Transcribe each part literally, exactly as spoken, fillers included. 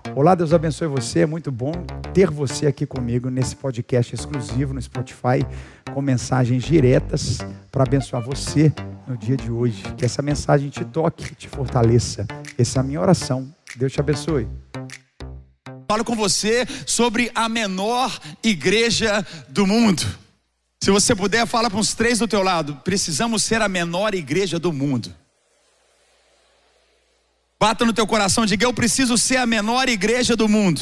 Olá, Deus abençoe você, é muito bom ter você aqui comigo nesse podcast exclusivo no Spotify, com mensagens diretas para abençoar você no dia de hoje. Que essa mensagem te toque, te fortaleça. Essa é a minha oração. Deus te abençoe. Falo com você sobre a menor igreja do mundo. Se você puder, fala para uns três do teu lado. Precisamos ser a menor igreja do mundo. Bata no teu coração e diga: eu preciso ser a menor igreja do mundo.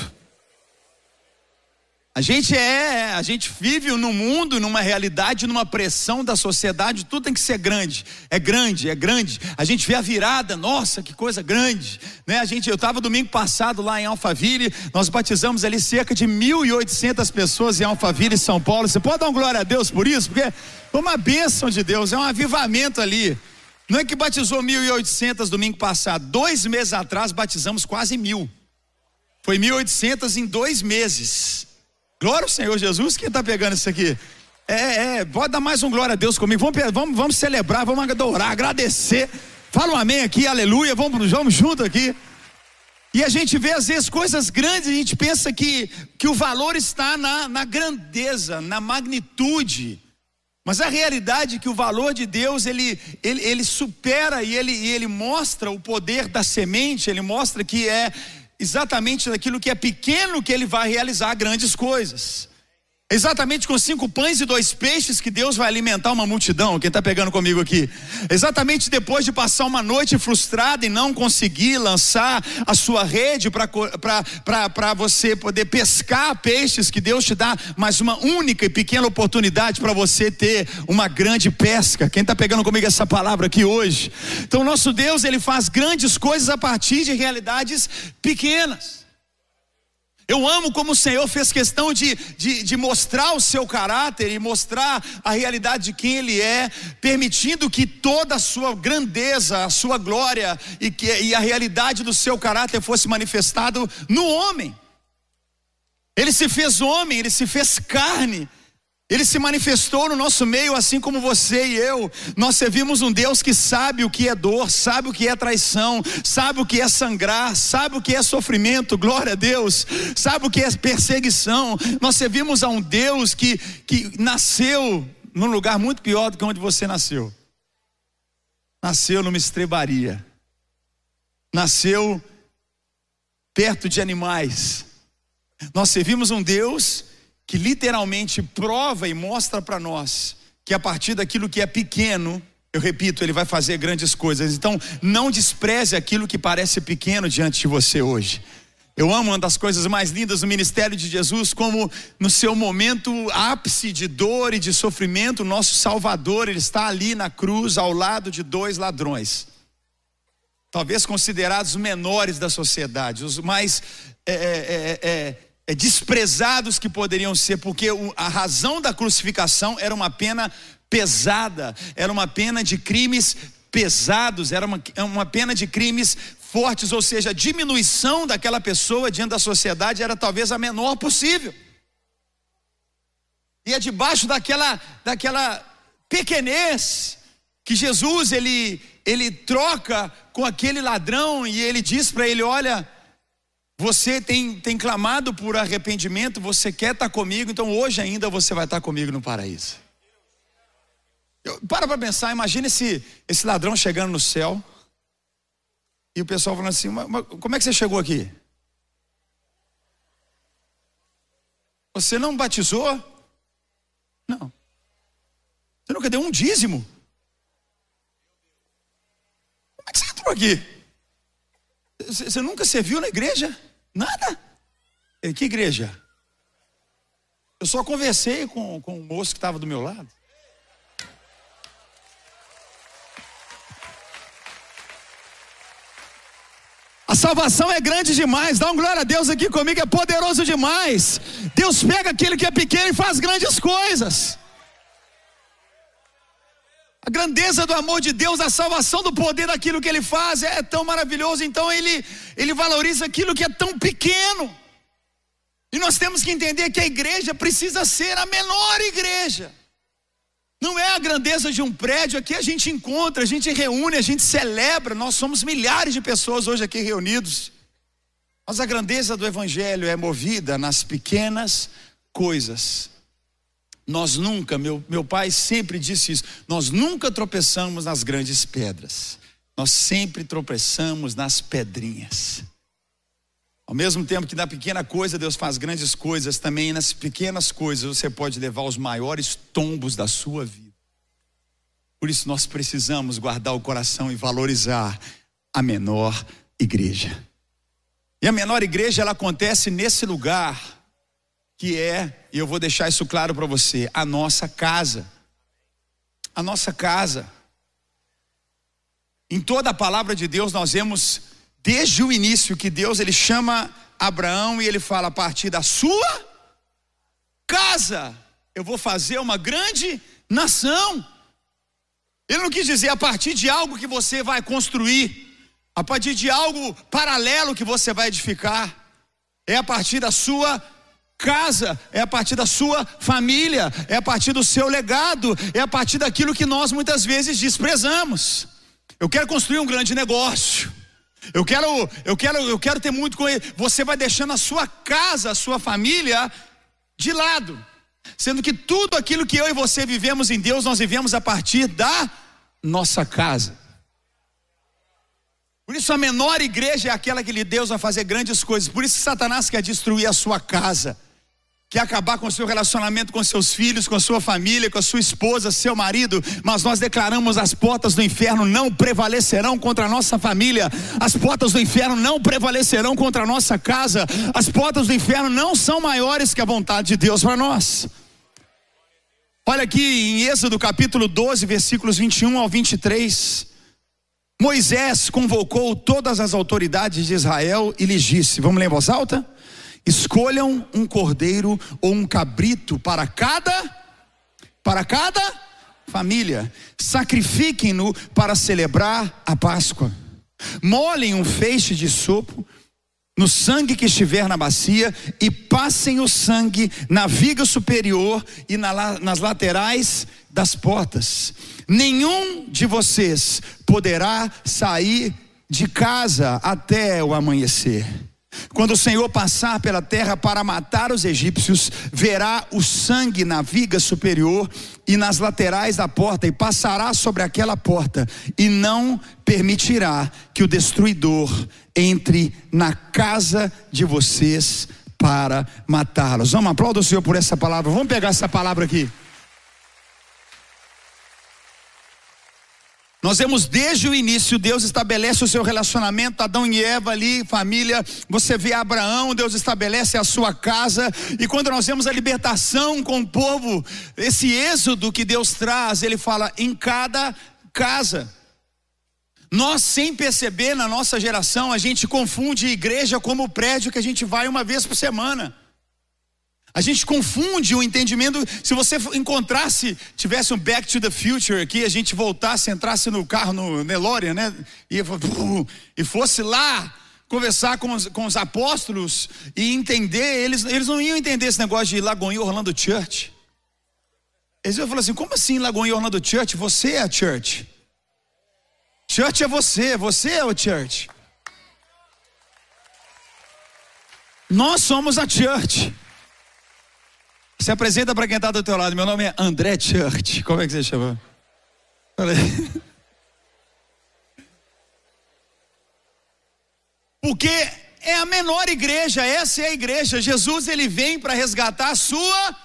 A gente é, a gente vive num mundo, numa realidade, numa pressão da sociedade. Tudo tem que ser grande, é grande, é grande. A gente vê a virada, nossa, que coisa grande, né? A gente, eu estava domingo passado lá em Alphaville, nós batizamos ali cerca de mil e oitocentas pessoas em Alphaville, São Paulo. Você pode dar uma glória a Deus por isso? Porque foi uma bênção de Deus, é um avivamento ali. Não é que batizou mil e oitocentas domingo passado, dois meses atrás batizamos quase mil. Foi mil e oitocentas em dois meses. Glória ao Senhor Jesus. Quem está pegando isso aqui? É, é, pode dar mais um glória a Deus comigo. Vamos, vamos, vamos celebrar, vamos adorar, agradecer. Fala um amém aqui, aleluia. Vamos, vamos junto aqui. E a gente vê às vezes coisas grandes, a gente pensa que, que o valor está na, na grandeza, na magnitude. Mas a realidade é que o valor de Deus, ele, ele, ele supera e ele, ele mostra o poder da semente, ele mostra que é exatamente naquilo que é pequeno que ele vai realizar grandes coisas. Exatamente com cinco pães e dois peixes que Deus vai alimentar uma multidão. Quem está pegando comigo aqui? Exatamente depois de passar uma noite frustrada e não conseguir lançar a sua rede para você poder pescar peixes, que Deus te dá mais uma única e pequena oportunidade para você ter uma grande pesca. Quem está pegando comigo essa palavra aqui hoje? Então nosso Deus, ele faz grandes coisas a partir de realidades pequenas. Eu amo como o Senhor fez questão de, de, de mostrar o seu caráter e mostrar a realidade de quem Ele é, permitindo que toda a sua grandeza, a sua glória e, que, e a realidade do seu caráter fosse manifestado no homem. Ele se fez homem, Ele se fez carne. Ele se manifestou no nosso meio, assim como você e eu. Nós servimos um Deus que sabe o que é dor, sabe o que é traição, sabe o que é sangrar, sabe o que é sofrimento, glória a Deus, sabe o que é perseguição. Nós servimos a um Deus que, que nasceu num lugar muito pior do que onde você nasceu. Nasceu numa estrebaria, nasceu perto de animais. Nós servimos um Deus que literalmente prova e mostra para nós que a partir daquilo que é pequeno, eu repito, Ele vai fazer grandes coisas. Então não despreze aquilo que parece pequeno diante de você hoje. Eu amo uma das coisas mais lindas do ministério de Jesus, como no seu momento ápice de dor e de sofrimento, o nosso Salvador, Ele está ali na cruz ao lado de dois ladrões, talvez considerados os menores da sociedade, os mais é, é, é, é, desprezados que poderiam ser, porque a razão da crucificação era uma pena pesada, era uma pena de crimes pesados, era uma, uma pena de crimes fortes, ou seja, a diminuição daquela pessoa diante da sociedade era talvez a menor possível. E é debaixo daquela, daquela pequenez que Jesus ele, ele troca com aquele ladrão e ele diz para ele: olha, você tem, tem clamado por arrependimento, você quer estar comigo, então hoje ainda você vai estar comigo no paraíso. Eu, para para pensar, imagina esse, esse ladrão chegando no céu e o pessoal falando assim: mas, mas, como é que você chegou aqui? Você não batizou? Não. Você nunca deu um dízimo? Como é que você entrou aqui? Você, você nunca serviu na igreja? Nada? Que igreja? Eu só conversei com, com o moço que estava do meu lado. A salvação é grande demais. Dá um glória a Deus aqui comigo, é poderoso demais. Deus pega aquele que é pequeno e faz grandes coisas. A grandeza do amor de Deus, a salvação do poder daquilo que Ele faz é tão maravilhoso. Então Ele, Ele valoriza aquilo que é tão pequeno. E nós temos que entender que a igreja precisa ser a menor igreja. Não é a grandeza de um prédio. Aqui a gente encontra, a gente reúne, a gente celebra. Nós somos milhares de pessoas hoje aqui reunidos. Mas a grandeza do evangelho é movida nas pequenas coisas. Nós nunca, meu, meu pai sempre disse isso, nós nunca tropeçamos nas grandes pedras. Nós sempre tropeçamos nas pedrinhas. Ao mesmo tempo que na pequena coisa Deus faz grandes coisas, também nas pequenas coisas você pode levar os maiores tombos da sua vida. Por isso nós precisamos guardar o coração e valorizar a menor igreja. E a menor igreja, ela acontece nesse lugar que é, e eu vou deixar isso claro para você, a nossa casa. A nossa casa. Em toda a palavra de Deus nós vemos desde o início que Deus ele chama Abraão e ele fala: a partir da sua casa eu vou fazer uma grande nação. Ele não quis dizer a partir de algo que você vai construir, a partir de algo paralelo que você vai edificar. É a partir da sua casa, é a partir da sua família, é a partir do seu legado, é a partir daquilo que nós muitas vezes desprezamos. Eu quero construir um grande negócio, eu quero, eu quero, eu quero ter muito com ele. Você vai deixando a sua casa, a sua família de lado, sendo que tudo aquilo que eu e você vivemos em Deus, nós vivemos a partir da nossa casa. Por isso a menor igreja é aquela que Deus vai fazer grandes coisas. Por isso Satanás quer destruir a sua casa, quer acabar com o seu relacionamento com seus filhos, com a sua família, com a sua esposa, seu marido. Mas nós declaramos: as portas do inferno não prevalecerão contra a nossa família, as portas do inferno não prevalecerão contra a nossa casa, as portas do inferno não são maiores que a vontade de Deus para nós. Olha aqui em Êxodo capítulo doze, versículos vinte e um ao vinte e três. Moisés convocou todas as autoridades de Israel e lhes disse, vamos ler em voz alta? Escolham um cordeiro ou um cabrito para cada, para cada família. Sacrifiquem-no para celebrar a Páscoa. Molhem um feixe de sopo no sangue que estiver na bacia e passem o sangue na viga superior e na, nas laterais das portas. Nenhum de vocês poderá sair de casa até o amanhecer. Quando o Senhor passar pela terra para matar os egípcios, verá o sangue na viga superior e nas laterais da porta, e passará sobre aquela porta, e não permitirá que o destruidor entre na casa de vocês para matá-los. Vamos aplaudir o Senhor por essa palavra. Vamos pegar essa palavra aqui. Nós vemos desde o início, Deus estabelece o seu relacionamento, Adão e Eva ali, família. Você vê Abraão, Deus estabelece a sua casa. E quando nós vemos a libertação com o povo, esse êxodo que Deus traz, ele fala em cada casa. Nós, sem perceber, na nossa geração, a gente confunde igreja como o prédio que a gente vai uma vez por semana. A gente confunde o entendimento. Se você encontrasse, tivesse um Back to the Future aqui, a gente voltasse, entrasse no carro, no DeLorean, né? E, e fosse lá conversar com os, com os apóstolos e entender, eles, eles não iam entender esse negócio de Lagoinha Orlando Church. Eles iam falar assim: como assim Lagoinha Orlando Church? Você é a church. Church é você, você é o church. Nós somos a church. Se apresenta para quem está do teu lado. Meu nome é André Church. Como é que você chama? Olha aí. Porque é a menor igreja. Essa é a igreja. Jesus, ele vem para resgatar a sua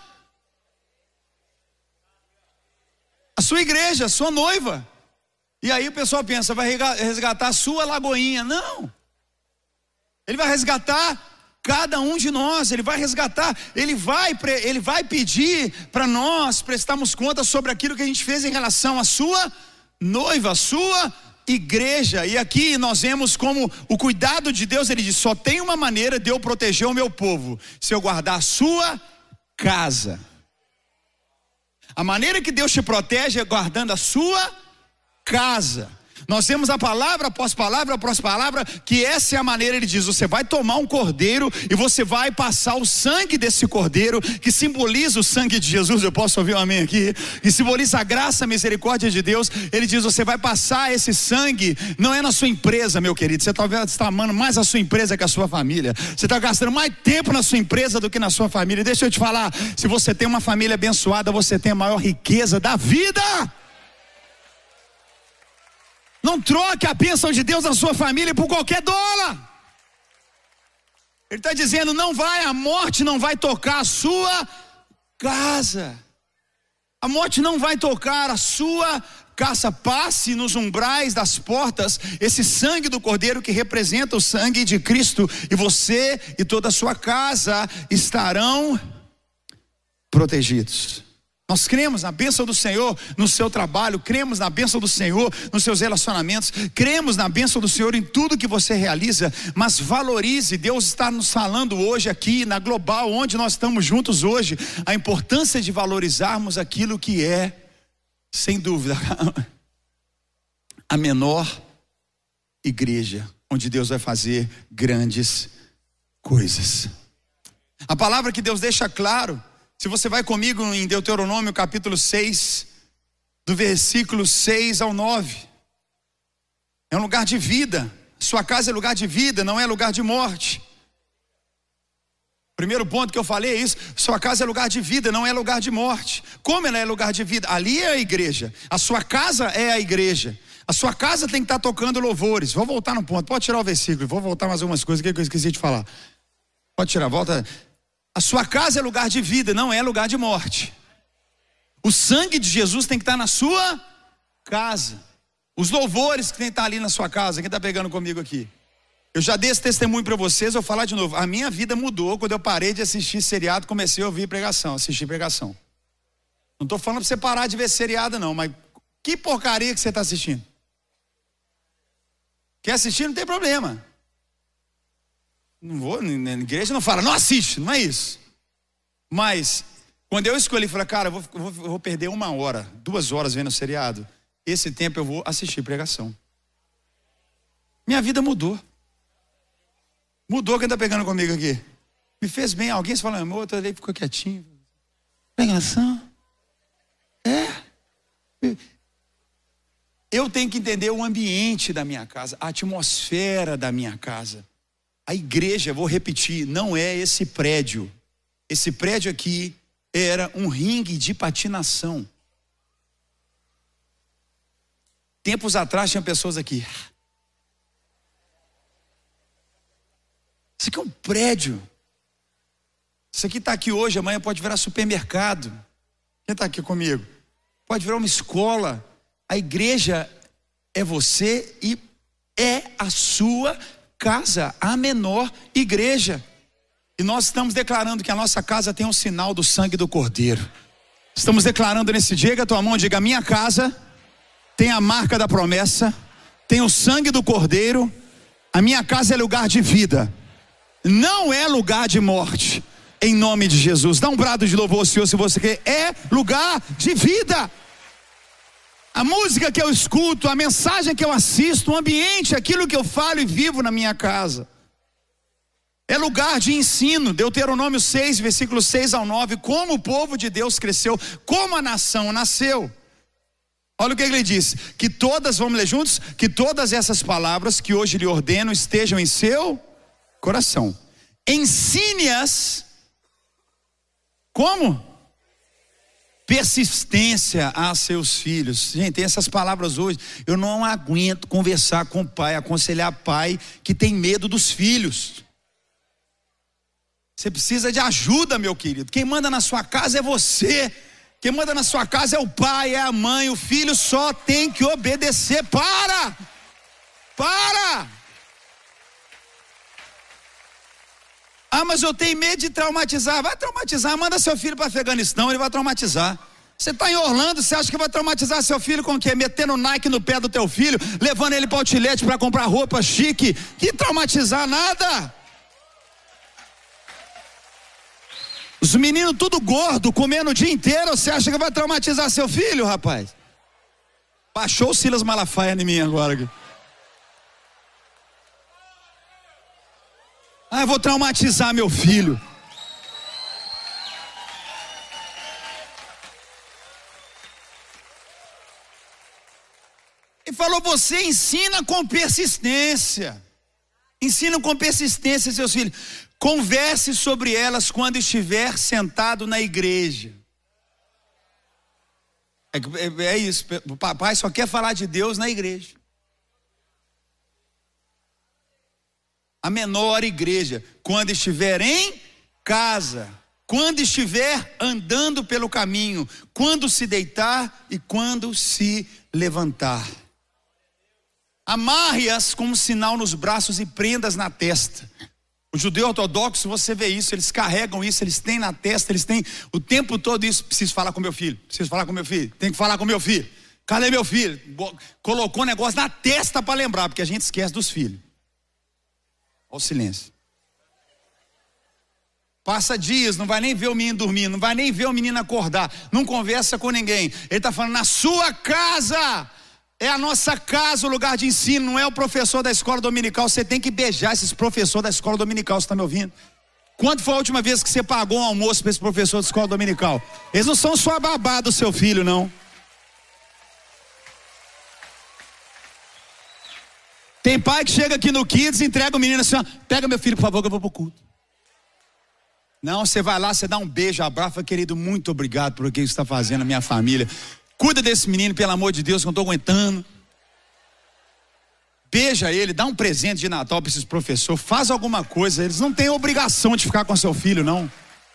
a sua igreja, a sua noiva. E aí o pessoal pensa, vai resgatar a sua Lagoinha. Não. Ele vai resgatar cada um de nós. Ele vai resgatar, ele vai, ele vai pedir para nós prestarmos conta sobre aquilo que a gente fez em relação à sua noiva, a sua igreja. E aqui nós vemos como o cuidado de Deus. Ele diz: só tem uma maneira de eu proteger o meu povo, se eu guardar a sua casa. A maneira que Deus te protege é guardando a sua casa. Nós temos a palavra após palavra após palavra, que essa é a maneira. Ele diz: você vai tomar um cordeiro e você vai passar o sangue desse cordeiro, que simboliza o sangue de Jesus. Eu posso ouvir um amém aqui? Que simboliza a graça, a misericórdia de Deus. Ele diz: você vai passar esse sangue, não é na sua empresa, meu querido. Você talvez está amando mais a sua empresa que a sua família. Você está gastando mais tempo na sua empresa do que na sua família. Deixa eu te falar, se você tem uma família abençoada, você tem a maior riqueza da vida. Não troque a bênção de Deus na sua família por qualquer dólar. Ele está dizendo: não vai, a morte não vai tocar a sua casa. A morte não vai tocar a sua casa. Passe nos umbrais das portas esse sangue do cordeiro, que representa o sangue de Cristo, e você e toda a sua casa estarão protegidos. Nós cremos na bênção do Senhor no seu trabalho, cremos na bênção do Senhor nos seus relacionamentos, cremos na bênção do Senhor em tudo que você realiza, mas valorize. Deus está nos falando hoje aqui na Global, onde nós estamos juntos hoje, a importância de valorizarmos aquilo que é, sem dúvida, a menor igreja, onde Deus vai fazer grandes coisas. A palavra que Deus deixa claro, se você vai comigo em Deuteronômio capítulo seis, do versículo seis ao nove, é um lugar de vida. Sua casa é lugar de vida, não é lugar de morte. Primeiro ponto que eu falei é isso: sua casa é lugar de vida, não é lugar de morte. Como ela é lugar de vida? Ali é a igreja, a sua casa é a igreja. A sua casa tem que estar tocando louvores. Vou voltar no ponto, pode tirar o versículo, vou voltar mais algumas coisas que eu esqueci de falar. Pode tirar, volta. A sua casa é lugar de vida, não é lugar de morte. O sangue de Jesus tem que estar na sua casa. Os louvores que tem que estar ali na sua casa. Quem está pegando comigo aqui? Eu já dei esse testemunho para vocês, eu vou falar de novo. A minha vida mudou quando eu parei de assistir seriado, comecei a ouvir pregação, assistir pregação. Não estou falando para você parar de ver seriado não, mas que porcaria que você está assistindo? Quer assistir, não tem problema. Não vou, na igreja não fala, não assiste, não é isso. Mas, quando eu escolhi, falei: cara, eu vou, eu vou, eu vou perder uma hora, duas horas vendo o seriado. Esse tempo eu vou assistir pregação. Minha vida mudou. Mudou. Quem está pegando comigo aqui? Me fez bem. Alguém se fala: amor, outro ali ficou quietinho. Pregação? É? Eu tenho que entender o ambiente da minha casa, a atmosfera da minha casa. A igreja, vou repetir, não é esse prédio. Esse prédio aqui era um ringue de patinação. Tempos atrás tinha pessoas aqui. Isso aqui é um prédio. Isso aqui está aqui hoje, amanhã pode virar supermercado. Quem está aqui comigo? Pode virar uma escola. A igreja é você e é a sua casa, a menor igreja. E nós estamos declarando que a nossa casa tem um sinal do sangue do cordeiro. Estamos declarando nesse dia, que a tua mão diga: minha casa tem a marca da promessa, tem o sangue do cordeiro. A minha casa é lugar de vida, não é lugar de morte. Em nome de Jesus, dá um brado de louvor ao Senhor se você quer. É lugar de vida. A música que eu escuto, a mensagem que eu assisto, o ambiente, aquilo que eu falo e vivo na minha casa, é lugar de ensino. Deuteronômio seis, versículos seis ao nove, como o povo de Deus cresceu, como a nação nasceu. Olha o que ele diz: que todas, vamos ler juntos? Que todas essas palavras que hoje lhe ordeno estejam em seu coração. Ensine-as, como? Persistência a seus filhos. Gente, tem essas palavras hoje. Eu não aguento conversar com o pai, aconselhar pai que tem medo dos filhos. Você precisa de ajuda, meu querido. Quem manda na sua casa é você. Quem manda na sua casa é o pai, é a mãe. O filho só tem que obedecer. Para! Para! Ah, mas eu tenho medo de traumatizar. Vai traumatizar, manda seu filho para o Afeganistão, ele vai traumatizar. Você está em Orlando, você acha que vai traumatizar seu filho com o quê? Metendo Nike no pé do teu filho, levando ele para o outlet para comprar roupa chique. Que traumatizar nada. Os meninos tudo gordo, comendo o dia inteiro, você acha que vai traumatizar seu filho, rapaz? Baixou o Silas Malafaia em mim agora. Ah, eu vou traumatizar meu filho. Ele falou, você ensina com persistência. Ensina com persistência seus filhos. Converse sobre elas quando estiver sentado na igreja. É, é, é isso, o papai só quer falar de Deus na igreja. A menor igreja, quando estiver em casa, quando estiver andando pelo caminho, quando se deitar e quando se levantar. Amarre-as como sinal nos braços e prendas na testa. O judeu ortodoxo, você vê isso, eles carregam isso, eles têm na testa, eles têm o tempo todo isso. Preciso falar com meu filho, preciso falar com meu filho, tem que falar com meu filho. Cadê meu filho? Colocou um negócio na testa para lembrar, porque a gente esquece dos filhos. Olha o silêncio. Passa dias, não vai nem ver o menino dormir, não vai nem ver o menino acordar, não conversa com ninguém. Ele está falando, na sua casa, é a nossa casa o lugar de ensino, não é o professor da escola dominical. Você tem que beijar esses professores da escola dominical, você está me ouvindo? Quando foi a última vez que você pagou um almoço para esse professor da escola dominical? Eles não são sua babá do seu filho, não. Tem pai que chega aqui no Kids, entrega o menino assim, ó, pega meu filho por favor que eu vou pro culto. Não, você vai lá, você dá um beijo, abraça, querido, muito obrigado por o que você está fazendo na minha família. Cuida desse menino, pelo amor de Deus, que eu não estou aguentando. Beija ele, dá um presente de Natal para esses professores, faz alguma coisa. Eles não têm obrigação de ficar com seu filho, não.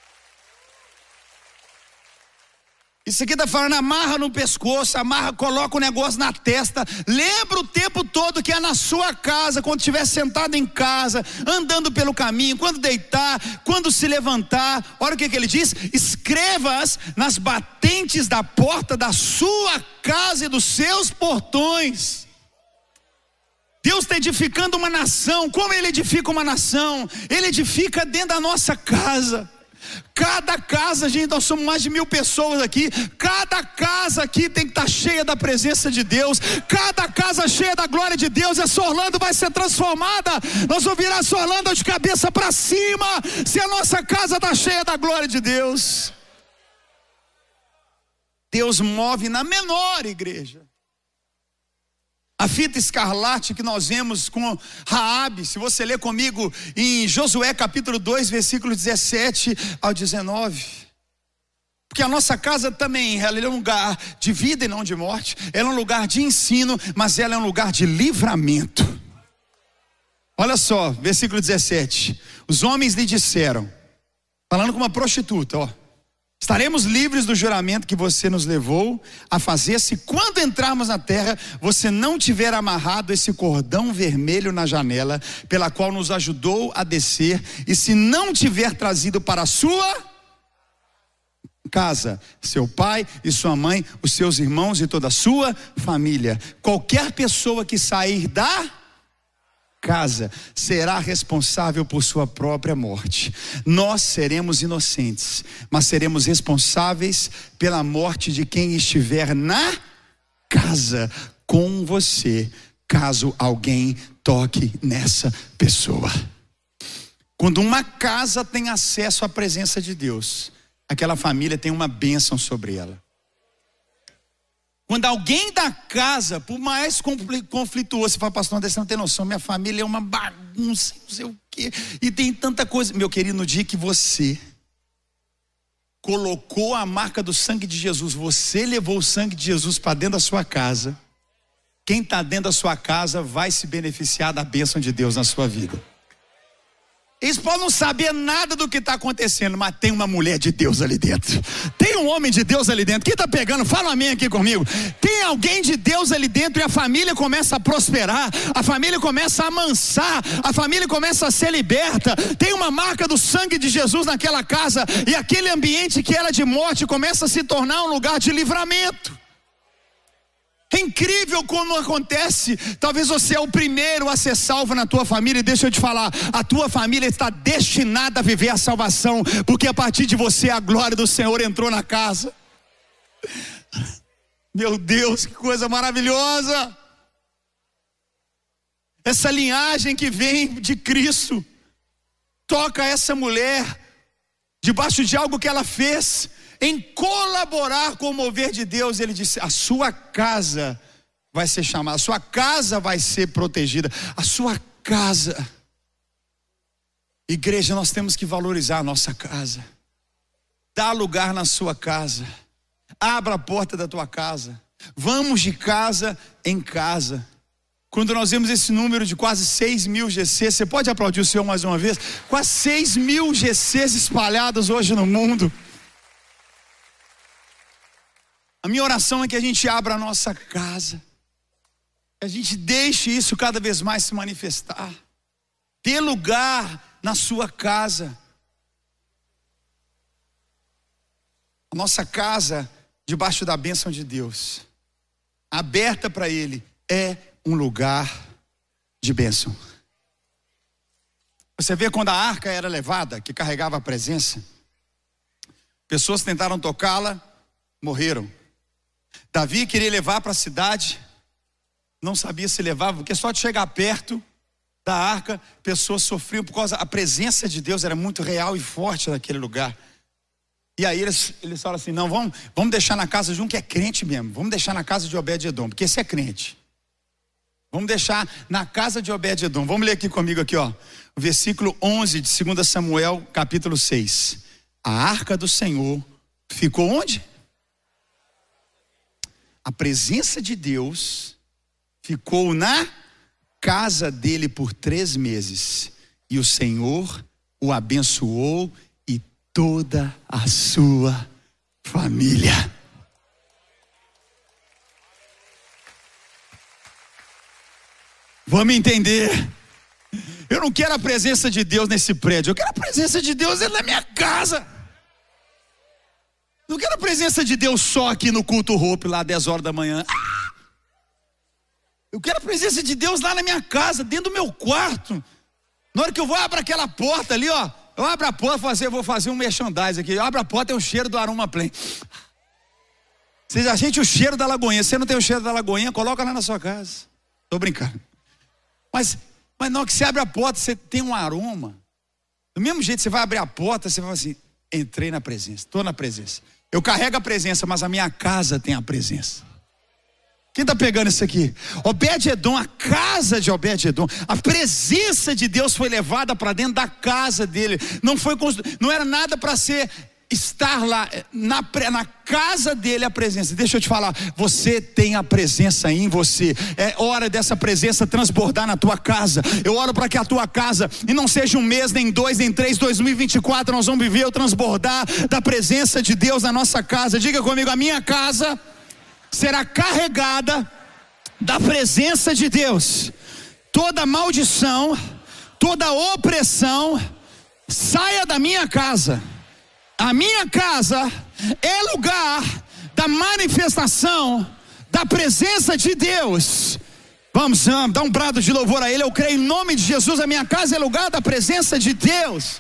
Isso aqui está falando, amarra no pescoço, amarra, coloca o negócio na testa. Lembra o tempo todo que é na sua casa, quando estiver sentado em casa, andando pelo caminho, quando deitar, quando se levantar. Olha o que, que ele diz: escreva-as nas batentes da porta da sua casa e dos seus portões. Deus está edificando uma nação. Como Ele edifica uma nação? Ele edifica dentro da nossa casa. Cada casa, gente, nós somos mais de mil pessoas aqui. Cada casa aqui tem que estar cheia da presença de Deus. Cada casa cheia da glória de Deus. Essa Orlando vai ser transformada. Nós vamos virar essa Orlando de cabeça para cima, se a nossa casa está cheia da glória de Deus. Deus move na menor igreja. A fita escarlate que nós vemos com Raabe, se você ler comigo em Josué capítulo dois, versículo dezessete ao dezenove. Porque a nossa casa também, ela é um lugar de vida e não de morte. Ela é um lugar de ensino, mas ela é um lugar de livramento. Olha só, versículo dezessete. Os homens lhe disseram, falando com uma prostituta, ó: estaremos livres do juramento que você nos levou a fazer, se quando entrarmos na terra, você não tiver amarrado esse cordão vermelho na janela, pela qual nos ajudou a descer, e se não tiver trazido para a sua casa, seu pai e sua mãe, os seus irmãos e toda a sua família. Qualquer pessoa que sair da casa será responsável por sua própria morte. Nós seremos inocentes, mas seremos responsáveis pela morte de quem estiver na casa com você, caso alguém toque nessa pessoa. Quando uma casa tem acesso à presença de Deus, aquela família tem uma bênção sobre ela. Quando alguém da casa, por mais conflituoso, você fala, pastor André, você não tem noção, minha família é uma bagunça, não sei o quê, e tem tanta coisa. Meu querido, no dia que você colocou a marca do sangue de Jesus, você levou o sangue de Jesus para dentro da sua casa, quem está dentro da sua casa vai se beneficiar da bênção de Deus na sua vida. Eles podem não saber nada do que está acontecendo, mas tem uma mulher de Deus ali dentro. Tem um homem de Deus ali dentro. Quem está pegando? Fala um amém aqui comigo. Tem alguém de Deus ali dentro e a família começa a prosperar. A família começa a amansar. A família começa a ser liberta. Tem uma marca do sangue de Jesus naquela casa. E aquele ambiente que era de morte começa a se tornar um lugar de livramento. É incrível como acontece. Talvez você é o primeiro a ser salvo na tua família. E deixa eu te falar, a tua família está destinada a viver a salvação, porque a partir de você a glória do Senhor entrou na casa. Meu Deus, que coisa maravilhosa! Essa linhagem que vem de Cristo toca essa mulher debaixo de algo que ela fez em colaborar com o mover de Deus. Ele disse: a sua casa vai ser chamada, a sua casa vai ser protegida, a sua casa. Igreja, nós temos que valorizar a nossa casa. Dá lugar na sua casa. Abra a porta da tua casa. Vamos de casa em casa. Quando nós vemos esse número de quase seis mil G Cs, você pode aplaudir o Senhor mais uma vez? Quase seis mil G Cs espalhados hoje no mundo. A minha oração é que a gente abra a nossa casa, que a gente deixe isso cada vez mais se manifestar. Dê lugar na sua casa. A nossa casa, debaixo da bênção de Deus, aberta para Ele, é um lugar de bênção. Você vê quando a arca era levada, que carregava a presença, pessoas tentaram tocá-la, morreram. Davi queria levar para a cidade, não sabia se levava, porque só de chegar perto da arca, pessoas sofriam por causa, a presença de Deus era muito real e forte naquele lugar. E aí eles, eles falam assim: não, vamos, vamos deixar na casa de um que é crente mesmo, vamos deixar na casa de Obed-Edom, porque esse é crente. Vamos deixar na casa de Obed-Edom. Vamos ler aqui comigo aqui, ó, o versículo onze de dois Samuel, capítulo seis. A arca do Senhor ficou onde? A presença de Deus ficou na casa dele por três meses. E o Senhor o abençoou e toda a sua família. Vamos entender. Eu não quero a presença de Deus nesse prédio. Eu quero a presença de Deus na minha casa. Não quero a presença de Deus só aqui no culto Hope, lá dez horas da manhã. Eu quero a presença de Deus lá na minha casa, dentro do meu quarto. Na hora que eu vou abrir aquela porta ali, ó, eu abro a porta, fazer, vou fazer um merchandising aqui. Eu abro a porta, é o cheiro do Aroma Plain. Você já sente o cheiro da Lagoinha. Se você não tem o cheiro da Lagoinha, coloca lá na sua casa. Tô brincando. Mas, mas na hora que você abre a porta, você tem um aroma. Do mesmo jeito, você vai abrir a porta, você vai assim: entrei na presença, estou na presença. Eu carrego a presença, mas a minha casa tem a presença. Quem está pegando isso aqui? Obed-Edom, a casa de Obed-Edom, a presença de Deus foi levada para dentro da casa dele. Não foi constru... não era nada para ser estar lá na, na casa dele, a presença. Deixa eu te falar, você tem a presença em você. É hora dessa presença transbordar na tua casa. Eu oro para que a tua casa, e não seja um mês, nem dois, nem três, dois mil e vinte e quatro, nós vamos viver o transbordar da presença de Deus na nossa casa. Diga comigo: a minha casa será carregada da presença de Deus. Toda maldição, toda opressão, saia da minha casa. A minha casa é lugar da manifestação da presença de Deus. Vamos, vamos, dá um brado de louvor a Ele. Eu creio em nome de Jesus, a minha casa é lugar da presença de Deus.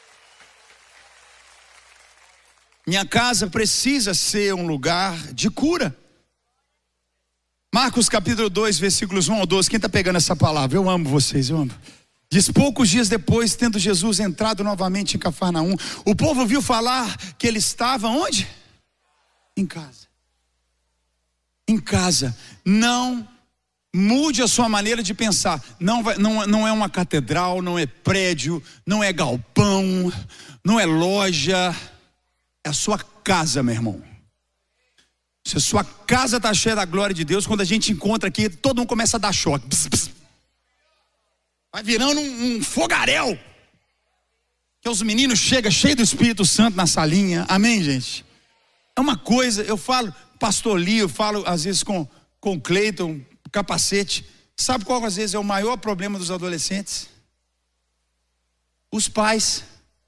Minha casa precisa ser um lugar de cura. Marcos capítulo dois, versículos um ao doze. Quem está pegando essa palavra? Eu amo vocês, eu amo. Diz: poucos dias depois, tendo Jesus entrado novamente em Cafarnaum, o povo viu falar que ele estava onde? Em casa. Em casa. Não mude a sua maneira de pensar. Não, vai, não, não é uma catedral, não é prédio, não é galpão, não é loja. É a sua casa, meu irmão. Se a sua casa está cheia da glória de Deus, quando a gente encontra aqui, todo mundo começa a dar choque. Pss, pss. Vai virando um, um fogaréu. Que os meninos chegam cheios do Espírito Santo na salinha. Amém, gente? É uma coisa, eu falo, pastor Lee, eu falo às vezes com, com o Cleiton, capacete. Sabe qual às vezes é o maior problema dos adolescentes? Os pais.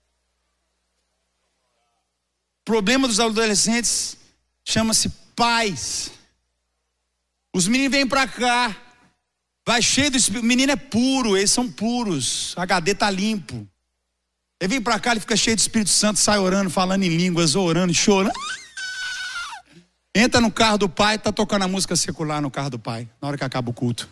O problema dos adolescentes chama-se pais. Os meninos vêm pra cá, vai cheio do Espírito. O menino é puro, eles são puros. O H D tá limpo. Ele vem pra cá, ele fica cheio do Espírito Santo, sai orando, falando em línguas, orando, chorando. entra no carro do pai, tá tocando a música secular no carro do pai, na hora que acaba o culto.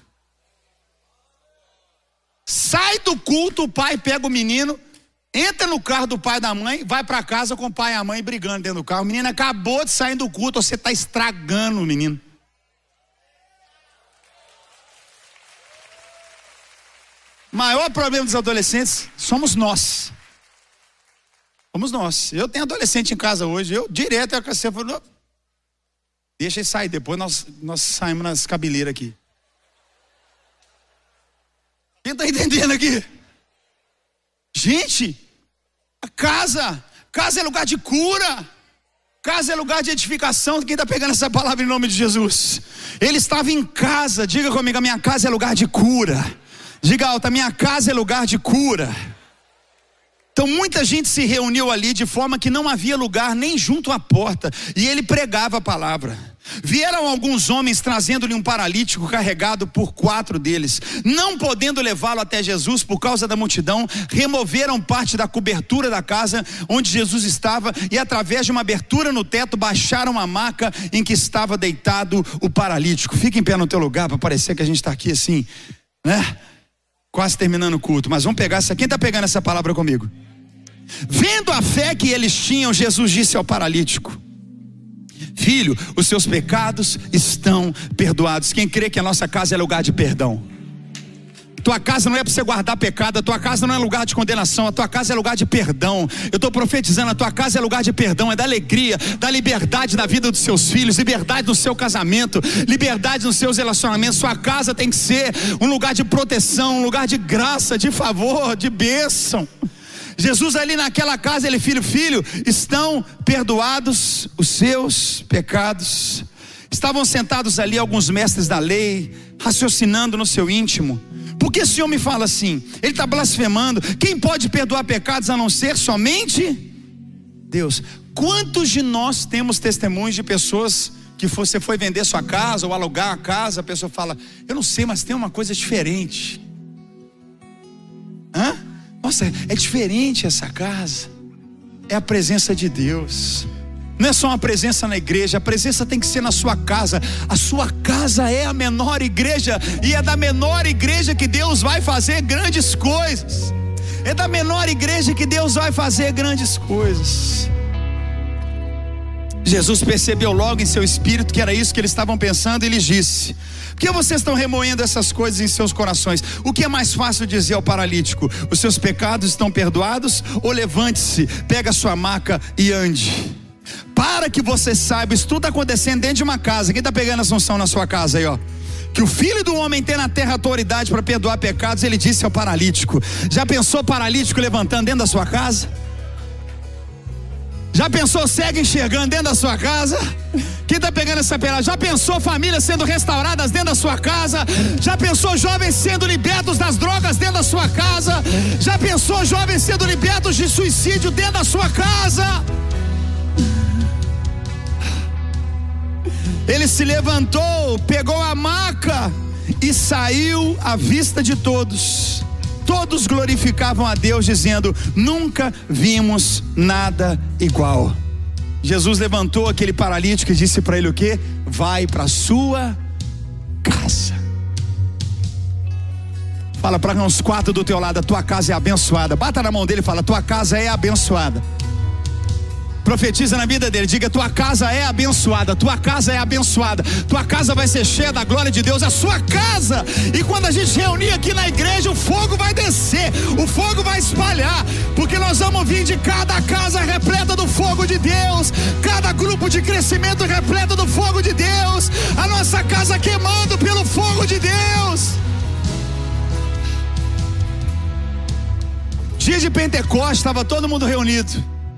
Sai do culto, o pai pega o menino, entra no carro do pai e da mãe, vai para casa com o pai e a mãe brigando dentro do carro. O menino acabou de sair do culto, você está estragando o menino. Maior problema dos adolescentes somos nós. Somos nós. Eu tenho adolescente em casa hoje, eu direto, eu falo, deixa ele sair, depois nós, nós saímos nas cabeleiras aqui. Quem está entendendo aqui? Gente, a casa, casa é lugar de cura, casa é lugar de edificação. Quem está pegando essa palavra em nome de Jesus? Ele estava em casa, diga comigo, a minha casa é lugar de cura. Diga alto, a minha casa é lugar de cura. Então muita gente se reuniu ali de forma que não havia lugar nem junto à porta, e ele pregava a palavra. Vieram alguns homens trazendo-lhe um paralítico carregado por quatro deles. Não podendo levá-lo até Jesus por causa da multidão, removeram parte da cobertura da casa onde Jesus estava e através de uma abertura no teto baixaram a maca em que estava deitado o paralítico. Fica em pé no teu lugar para parecer que a gente está aqui assim, né? Quase terminando o culto, mas vamos pegar essa. Quem está pegando essa palavra comigo? Vendo a fé que eles tinham, Jesus disse ao paralítico: filho, os seus pecados estão perdoados. Quem crê que a nossa casa é lugar de perdão? Tua casa não é para você guardar pecado, a tua casa não é lugar de condenação, a tua casa é lugar de perdão. Eu estou profetizando, a tua casa é lugar de perdão, é da alegria, da liberdade na vida dos seus filhos, liberdade no seu casamento, liberdade nos seus relacionamentos. Sua casa tem que ser um lugar de proteção, um lugar de graça, de favor, de bênção. Jesus ali naquela casa, ele, filho, filho, estão perdoados os seus pecados. Estavam sentados ali alguns mestres da lei, raciocinando no seu íntimo: por que esse homem fala assim? Ele está blasfemando. Quem pode perdoar pecados a não ser somente Deus? Quantos de nós temos testemunhos de pessoas que você foi vender sua casa ou alugar a casa, a pessoa fala: eu não sei, mas tem uma coisa diferente. Hã? Nossa, é diferente essa casa. É a presença de Deus. Não é só uma presença na igreja, a presença tem que ser na sua casa. A sua casa é a menor igreja, e é da menor igreja que Deus vai fazer grandes coisas. É da menor igreja que Deus vai fazer grandes coisas. Jesus percebeu logo em seu espírito que era isso que eles estavam pensando, e lhes disse: por que vocês estão remoendo essas coisas em seus corações? O que é mais fácil dizer ao paralítico: os seus pecados estão perdoados? Ou levante-se, pega a sua maca e ande? Para que você saiba, isso tudo está acontecendo dentro de uma casa. Quem está pegando a unção na sua casa aí, ó? Que o Filho do Homem tem na terra autoridade para perdoar pecados. Ele disse ao paralítico. Já pensou paralítico levantando dentro da sua casa? Já pensou cego enxergando dentro da sua casa? Quem está pegando essa pelada? Já pensou famílias sendo restauradas dentro da sua casa? Já pensou jovens sendo libertos das drogas dentro da sua casa? Já pensou jovens sendo libertos de suicídio dentro da sua casa? Ele se levantou, pegou a maca e saiu à vista de todos. Todos glorificavam a Deus, dizendo: nunca vimos nada igual. Jesus levantou aquele paralítico e disse para ele o quê? Vai para a sua casa. Fala para uns quatro do teu lado: a tua casa é abençoada. Bata na mão dele e fala: tua casa é abençoada. Profetiza na vida dele, diga: tua casa é abençoada, tua casa é abençoada, tua casa vai ser cheia da glória de Deus, a sua casa. E quando a gente reunir aqui na igreja, o fogo vai descer, o fogo vai espalhar, porque nós vamos vir de cada casa repleta do fogo de Deus, cada grupo de crescimento repleto do fogo de Deus, a nossa casa queimando pelo fogo de Deus. Dia de Pentecostes, estava todo mundo reunido.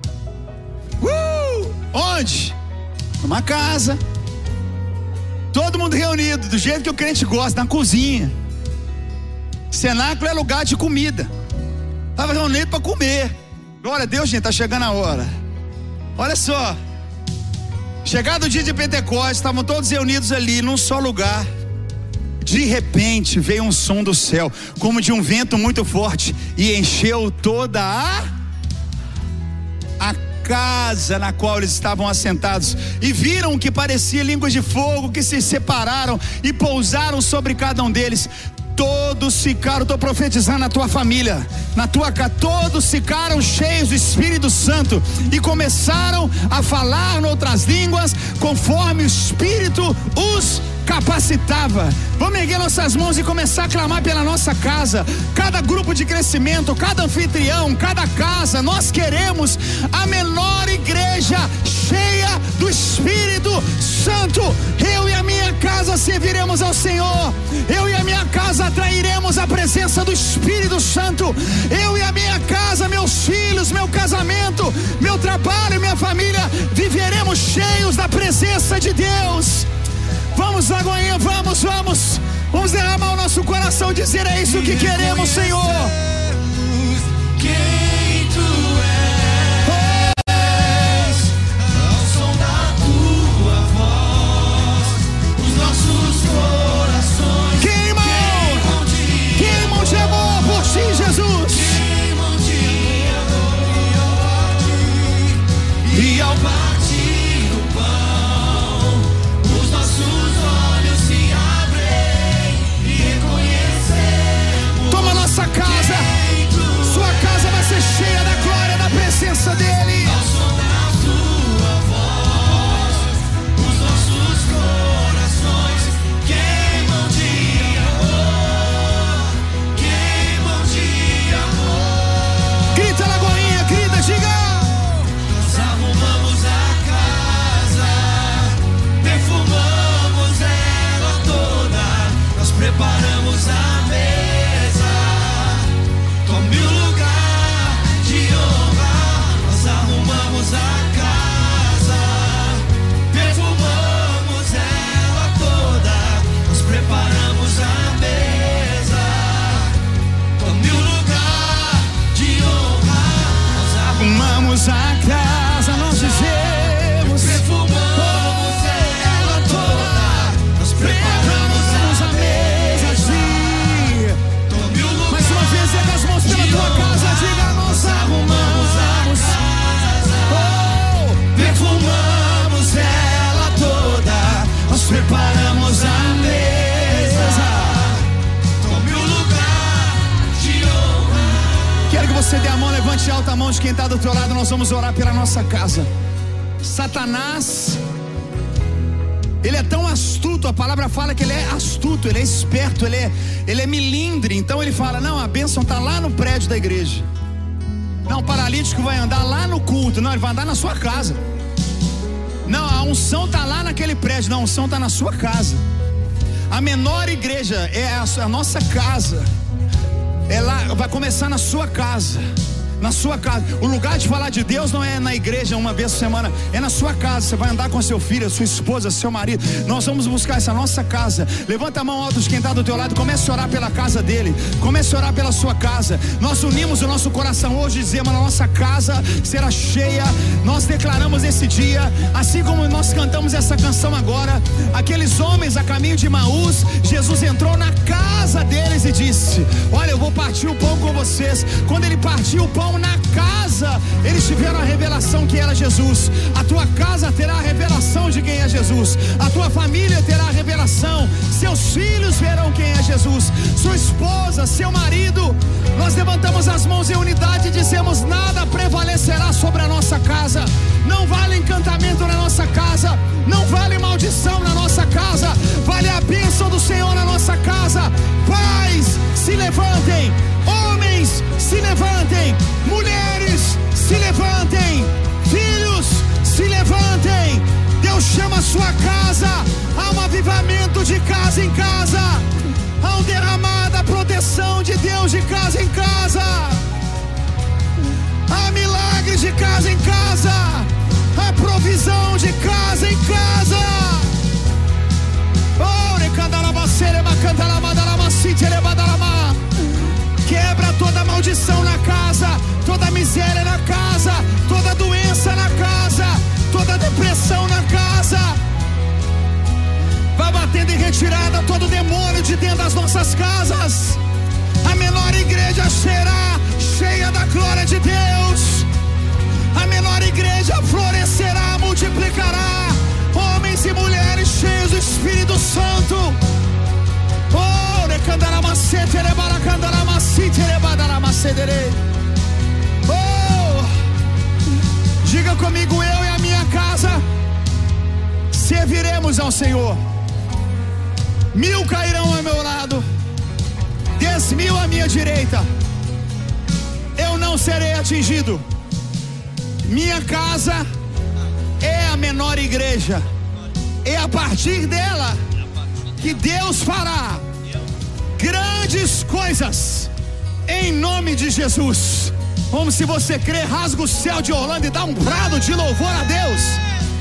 Uh, onde? Numa casa. Todo mundo reunido, do jeito que o crente gosta, na cozinha. Cenáculo é lugar de comida. Estava reunido para comer. Glória a Deus, gente, está chegando a hora. Olha só. Chegado o dia de Pentecostes, estavam todos reunidos ali num só lugar. De repente veio um som do céu, como de um vento muito forte, e encheu toda a a casa na qual eles estavam assentados, e viram o que parecia línguas de fogo que se separaram e pousaram sobre cada um deles. Todos ficaram, estou profetizando na tua família, na tua casa, todos ficaram cheios do Espírito Santo e começaram a falar em outras línguas, conforme o Espírito os capacitava. Vamos erguer nossas mãos e começar a clamar pela nossa casa. Cada grupo de crescimento, cada anfitrião, cada casa, nós queremos a menor igreja cheia do Espírito Santo. Eu e a minha casa serviremos ao Senhor. Eu e a minha casa atrairemos a presença do Espírito Santo. Eu e a minha casa, meus filhos, meu casamento, meu trabalho, minha família, viveremos cheios da presença de Deus. Vamos, Lagoinha, vamos, vamos. Vamos derramar o nosso coração e dizer: é isso que queremos, Senhor. Quem tu és, ao som da tua voz, os nossos corações queimam, queimam de, queimam de amor por ti, Jesus. queimam de amor, e ao partir o pão, os nossos olhos se abrem e reconhecemos. Toma nossa casa. Sua casa vai ser cheia da glória, da presença dEle. Ao som da tua voz, os nossos corações queimam de amor, queimam de amor. Grita, Lagoinha, grita, diga. Nós arrumamos a casa, perfumamos ela toda, nós preparamos a mesa. Tome o lugar de honra. Nós arrumamos a casa, perfumamos ela toda, nós preparamos a mesa. Tome o lugar de honra. Nós Arrumamos a casa, nós dizemos: perfumamos ela toda, nós preparamos a mesa. sim. Tome o lugar. Mais uma vez, erga as mãos pela tua casa, diga: nós arrumamos a casa. Oh, Perfumamos ela toda, nós preparamos a mesa. Tome o lugar de honra. quero que você dê a mão, levante alta a mão de quem está do teu lado. Nós vamos orar pela nossa casa. Satanás, ele é tão astuto, a palavra fala que ele é astuto, ele é esperto, ele é, ele é milindre. Então ele fala: não, a bênção está lá no prédio da igreja. Não, o paralítico vai andar lá no culto. Não, ele vai andar na sua casa. Não, a unção está lá naquele prédio. Não, a unção está na sua casa. A menor igreja é a, a nossa casa. É lá, vai começar na sua casa. Na sua casa. O lugar de falar de Deus não é na igreja uma vez por semana, é na sua casa. Você vai andar com seu filho, sua esposa, seu marido. Nós vamos buscar essa nossa casa. Levanta a mão alta de quem está do teu lado. Comece a orar pela casa dele. Comece a orar pela sua casa. Nós unimos o nosso coração hoje e dizemos: a nossa casa será cheia. Nós declaramos esse dia, assim como nós cantamos essa canção agora. Aqueles homens a caminho de Maús, Jesus entrou na casa deles e disse: olha, eu vou partir o pão com vocês. Quando ele partiu o pão na casa, eles tiveram a revelação que era Jesus. A tua casa terá a revelação de quem é Jesus. A tua família terá a revelação. Seus filhos verão quem é Jesus. Sua esposa, seu marido. Nós levantamos as mãos em unidade e dizemos: nada prevalecerá sobre a nossa casa. Não vale encantamento na nossa casa. Não vale maldição na nossa casa. Vale a bênção do Senhor na nossa casa. Pais, se levantem. Homens, se levantem. Mulheres, se levantem. Filhos, se levantem. Deus chama a sua casa. Há um avivamento de casa em casa. Há um derramar da proteção de Deus de casa em casa. Há milagres de casa em casa. Há provisão de casa em casa. Quebra toda maldição na casa, toda miséria na casa, toda doença na casa, toda depressão na casa. Vai batendo em retirada todo demônio de dentro das nossas casas. A menor igreja será cheia da glória de Deus. A menor igreja igreja florescerá, multiplicará, homens e mulheres cheios do Espírito Santo. Oh, recandaramacete, rebaracandaramacite, rebadaramacedere. Oh, diga comigo: eu e a minha casa serviremos ao Senhor. Mil cairão ao meu lado, dez mil à minha direita, eu não serei atingido. Minha casa é a menor igreja, é a partir dela que Deus fará grandes coisas, em nome de Jesus. Como se você crê, rasga o céu de Orlando e dá um brado de louvor a Deus.